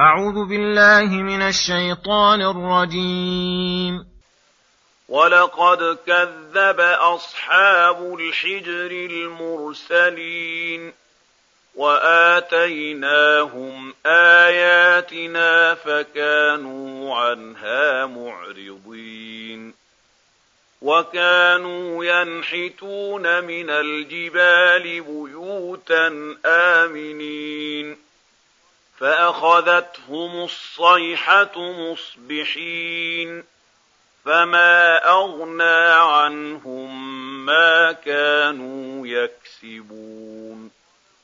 أعوذ بالله من الشيطان الرجيم. ولقد كذب أصحاب الحجر المرسلين وآتيناهم آياتنا فكانوا عنها معرضين وكانوا ينحتون من الجبال بيوتا آمنين فأخذتهم الصيحة مصبحين فما أغنى عنهم ما كانوا يكسبون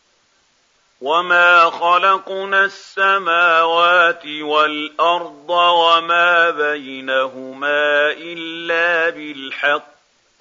وما خلقنا السماوات والأرض وما بينهما إلا بالحق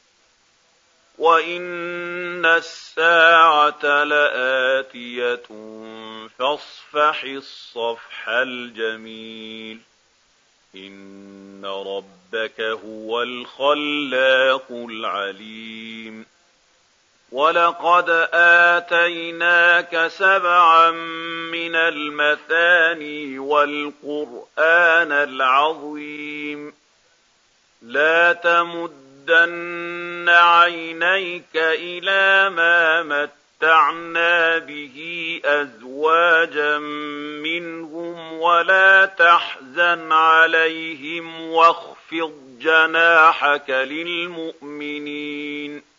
وإن الساعة لآتية فاصفح الصفح الجميل إن ربك هو الخلاق العليم ولقد آتيناك 7 من المثاني والقرآن العظيم لا تمدن عينيك إلى ما متعنا به أزواجا منهم ولا تحزن عليهم واخفض جناحك للمؤمنين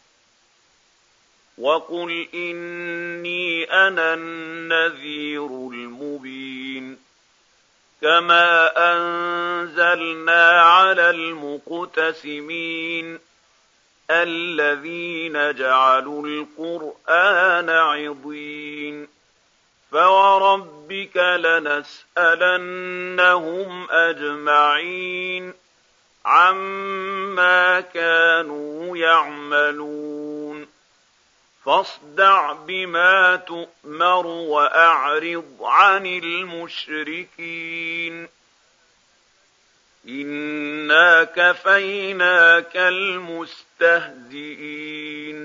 وقل إني أنا النذير المبين كما أنزلنا على المقتسمين الذين جعلوا القرآن عضين فوربك لنسألنهم أجمعين عما كانوا يعملون فاصدع بما تؤمر وأعرض عن المشركين إنا كفيناك المستهزئين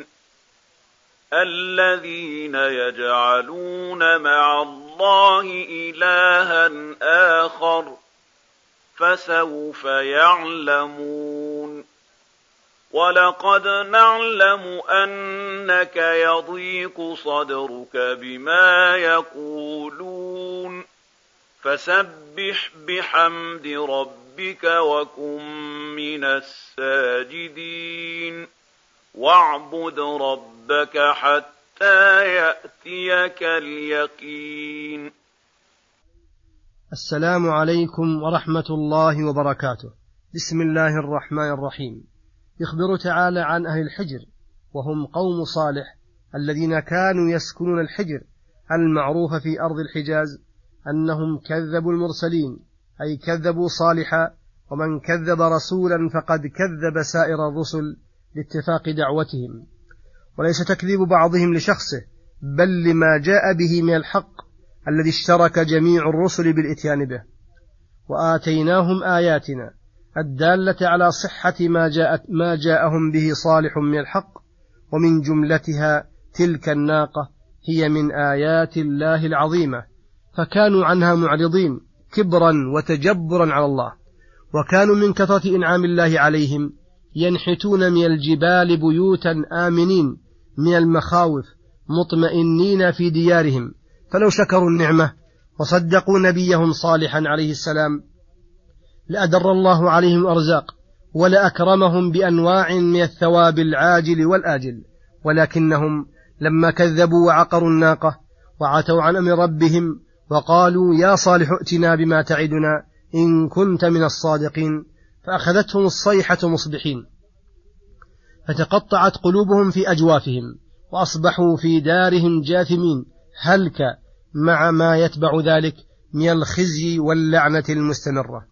الذين يجعلون مع الله إلها آخر فسوف يعلمون ولقد نعلم أنك يضيق صدرك بما يقولون فسبح بحمد ربك وكن من الساجدين واعبد ربك حتى يأتيك اليقين. السلام عليكم ورحمة الله وبركاته. بسم الله الرحمن الرحيم. يخبر تعالى عن أهل الحجر وهم قوم صالح الذين كانوا يسكنون الحجر المعروف في أرض الحجاز أنهم كذبوا المرسلين أي كذبوا صالحا ومن كذب رسولا فقد كذب سائر الرسل لاتفاق دعوتهم وليس تكذيب بعضهم لشخصه بل لما جاء به من الحق الذي اشترك جميع الرسل بالإتيان به. وآتيناهم آياتنا الدالة على صحة ما جاءهم به صالح من الحق ومن جملتها تلك الناقة هي من آيات الله العظيمة فكانوا عنها معرضين كبرا وتجبرا على الله وكانوا من كثرة إنعام الله عليهم ينحتون من الجبال بيوتا آمنين من المخاوف مطمئنين في ديارهم فلو شكروا النعمة وصدقوا نبيهم صالحا عليه السلام لأدر الله عليهم الأرزاق ولأكرمهم بأنواع من الثواب العاجل والآجل ولكنهم لما كذبوا وعقروا الناقة وعتوا عن أمر ربهم وقالوا يا صالح ائتنا بما تعدنا إن كنت من الصادقين فأخذتهم الصيحة مصبحين فتقطعت قلوبهم في أجوافهم وأصبحوا في دارهم جاثمين هلك مع ما يتبع ذلك من الخزي واللعنة المستمرة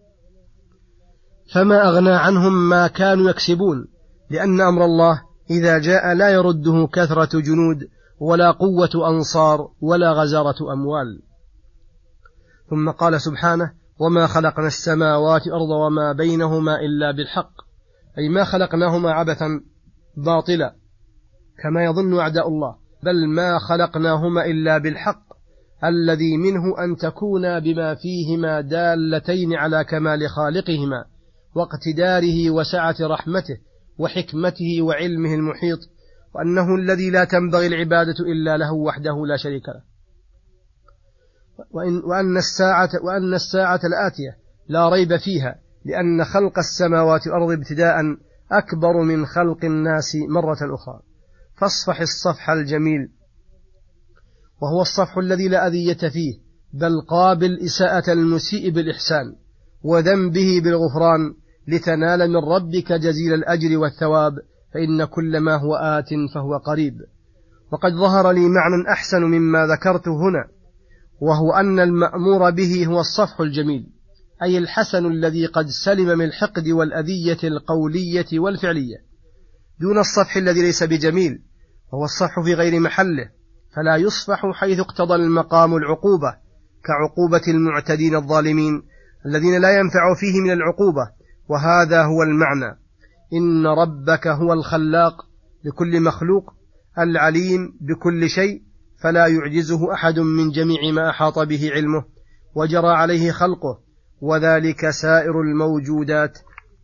فما أغنى عنهم ما كانوا يكسبون لأن أمر الله إذا جاء لا يرده كثرة جنود ولا قوة أنصار ولا غزارة أموال. ثم قال سبحانه وما خلقنا السماوات والأرض وما بينهما إلا بالحق أي ما خلقناهما عبثا باطلا كما يظن أعداء الله بل ما خلقناهما إلا بالحق الذي منه أن تكون بما فيهما دالتين على كمال خالقهما واقتداره وسعة رحمته وحكمته وعلمه المحيط، وأنه الذي لا تنبغي العبادة إلا له وحده لا شريك له، وأن الساعة الآتية لا ريب فيها، لأن خلق السماوات والأرض ابتداء أكبر من خلق الناس مرة أخرى. فاصفح الصفح الجميل، وهو الصفح الذي لا أذية فيه، بل قابل إساءة المسيء بالإحسان وذنبه بالغفران، لتنال من ربك جزيل الأجر والثواب، فإن كل ما هو آت فهو قريب. وقد ظهر لي معنى أحسن مما ذكرته هنا، وهو أن المأمور به هو الصفح الجميل، أي الحسن الذي قد سلم من الحقد والأذية القولية والفعلية، دون الصفح الذي ليس بجميل، وهو الصفح في غير محله، فلا يصفح حيث اقتضى المقام العقوبة، كعقوبة المعتدين الظالمين الذين لا ينفع فيه من العقوبة. وهذا هو المعنى: إن ربك هو الخلاق لكل مخلوق، العليم بكل شيء، فلا يعجزه أحد من جميع ما أحاط به علمه وجرى عليه خلقه، وذلك سائر الموجودات.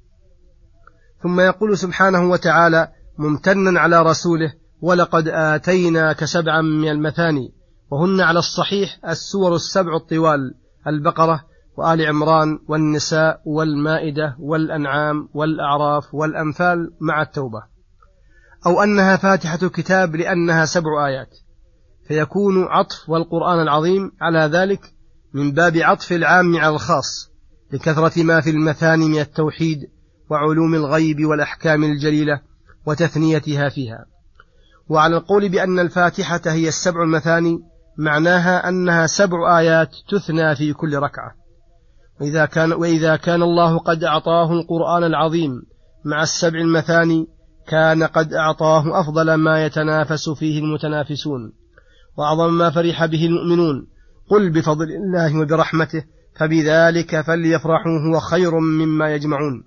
ثم يقول سبحانه وتعالى ممتنا على رسوله: ولقد آتيناك 7 من المثاني، وهن على الصحيح السور السبع الطوال: البقرة وآل عمران والنساء والمائدة والأنعام والأعراف والأنفال مع التوبة، أو أنها فاتحة الكتاب لأنها 7 آيات، فيكون عطف والقرآن العظيم على ذلك من باب عطف العام على الخاص، لكثرة ما في المثاني من التوحيد وعلوم الغيب والأحكام الجليلة وتثنيتها فيها. وعلى القول بأن الفاتحة هي 7 المثاني، معناها أنها 7 آيات تثنى في كل ركعة. وإذا كان الله قد أعطاه القرآن العظيم مع 7 المثاني، كان قد أعطاه أفضل ما يتنافس فيه المتنافسون، وأعظم ما فرح به المؤمنون. قل بفضل الله وبرحمته فبذلك فليفرحوا هو خير مما يجمعون.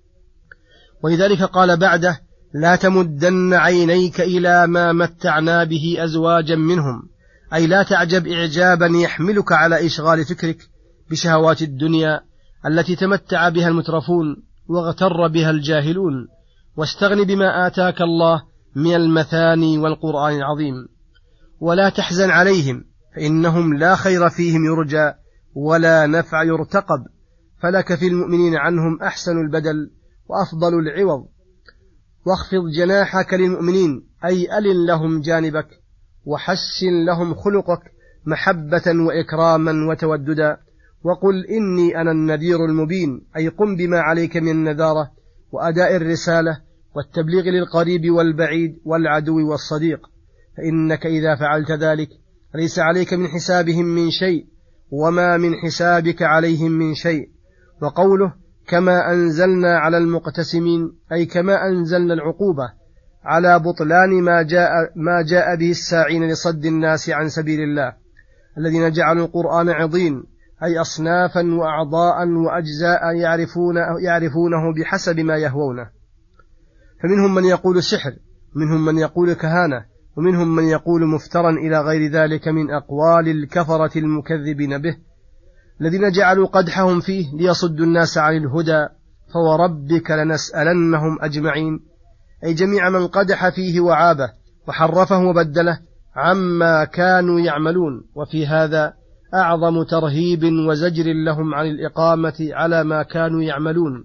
ولذلك قال بعده: لا تمدن عينيك إلى ما متعنا به أزواجا منهم، أي لا تعجب إعجابا يحملك على إشغال فكرك بشهوات الدنيا التي تمتع بها المترفون واغتر بها الجاهلون، واستغن بما آتاك الله من المثاني والقرآن العظيم. ولا تحزن عليهم، فإنهم لا خير فيهم يرجى ولا نفع يرتقب، فلك في المؤمنين عنهم أحسن البدل وأفضل العوض. واخفض جناحك للمؤمنين، أي ألن لهم جانبك وحسن لهم خلقك محبة وإكراما وتوددا، وقل إني أنا النذير المبين، أي قم بما عليك من النذارة وأداء الرسالة والتبليغ للقريب والبعيد والعدو والصديق، فإنك إذا فعلت ذلك ليس عليك من حسابهم من شيء، وما من حسابك عليهم من شيء. وقوله كما أنزلنا على المقتسمين، أي كما أنزلنا العقوبة على بطلان ما جاء به الساعين لصد الناس عن سبيل الله، الذين جعلوا القرآن عضين، أي أصنافا وأعضاء وأجزاء يعرفونه بحسب ما يهوونه. فمنهم من يقول سحر، منهم من يقول كهانة، ومنهم من يقول مفترا إلى غير ذلك من أقوال الكفرة المكذبين به، الذين جعلوا قدحهم فيه ليصدوا الناس عن الهدى. فوربك لنسألنهم أجمعين، أي جميع من قدح فيه وعابه وحرفه وبدله عما كانوا يعملون. وفي هذا أعظم ترهيب وزجر لهم عن الإقامة على ما كانوا يعملون.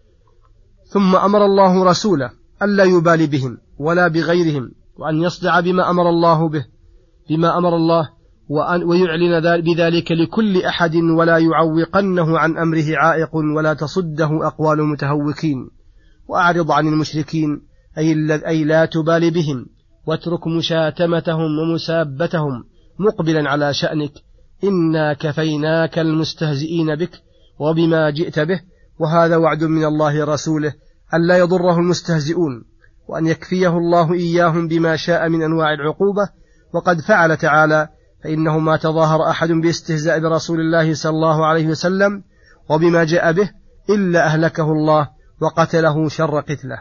ثم أمر الله رسوله ألا يبالي بهم ولا بغيرهم، وأن يصدع بما أمر الله به، ويعلن بذلك لكل أحد، ولا يعوقنه عن أمره عائق، ولا تصده أقوال المتهوكين. وأعرض عن المشركين، أي لا تبالي بهم، واترك مشاتمتهم ومسابتهم مقبلا على شأنك. إنا كفيناك المستهزئين بك وبما جئت به. وهذا وعد من الله رسوله ألا يضره المستهزئون، وأن يكفيه الله إياهم بما شاء من أنواع العقوبة. وقد فعل تعالى، فإنه ما تظاهر أحد باستهزاء برسول الله صلى الله عليه وسلم وبما جاء به إلا أهلكه الله وقتله شر قتله.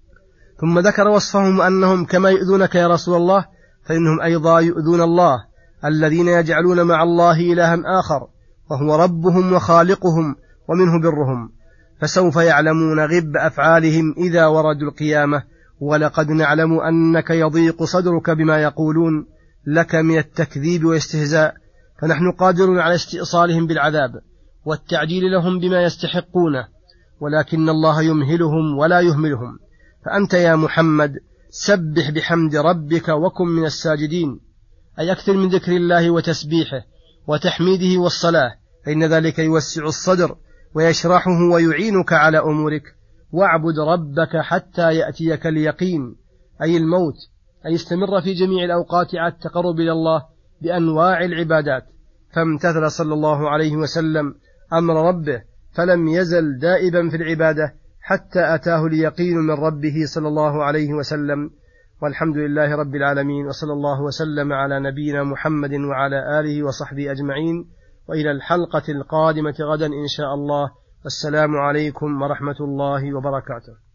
ثم ذكر وصفهم أنهم كما يؤذونك يا رسول الله، فإنهم أيضا يؤذون الله، الذين يجعلون مع الله إلها آخر وهو ربهم وخالقهم ومنه برهم، فسوف يعلمون غب أفعالهم إذا وردوا القيامة. ولقد نعلم أنك يضيق صدرك بما يقولون لك من التكذيب والاستهزاء، فنحن قادرون على استئصالهم بالعذاب والتعجيل لهم بما يستحقونه، ولكن الله يمهلهم ولا يهملهم. فأنت يا محمد سبح بحمد ربك وكن من الساجدين، أي أكثر من ذكر الله وتسبيحه وتحميده والصلاة، فإن ذلك يوسع الصدر ويشرحه ويعينك على أمورك. واعبد ربك حتى يأتيك اليقين، أي الموت، أي استمر في جميع الأوقات على التقرب إلى الله بأنواع العبادات. فامتثل صلى الله عليه وسلم أمر ربه، فلم يزل دائبا في العبادة حتى أتاه اليقين من ربه صلى الله عليه وسلم. والحمد لله رب العالمين، وصلى الله وسلم على نبينا محمد وعلى آله وصحبه أجمعين، وإلى الحلقة القادمة غدا إن شاء الله. والسلام عليكم ورحمة الله وبركاته.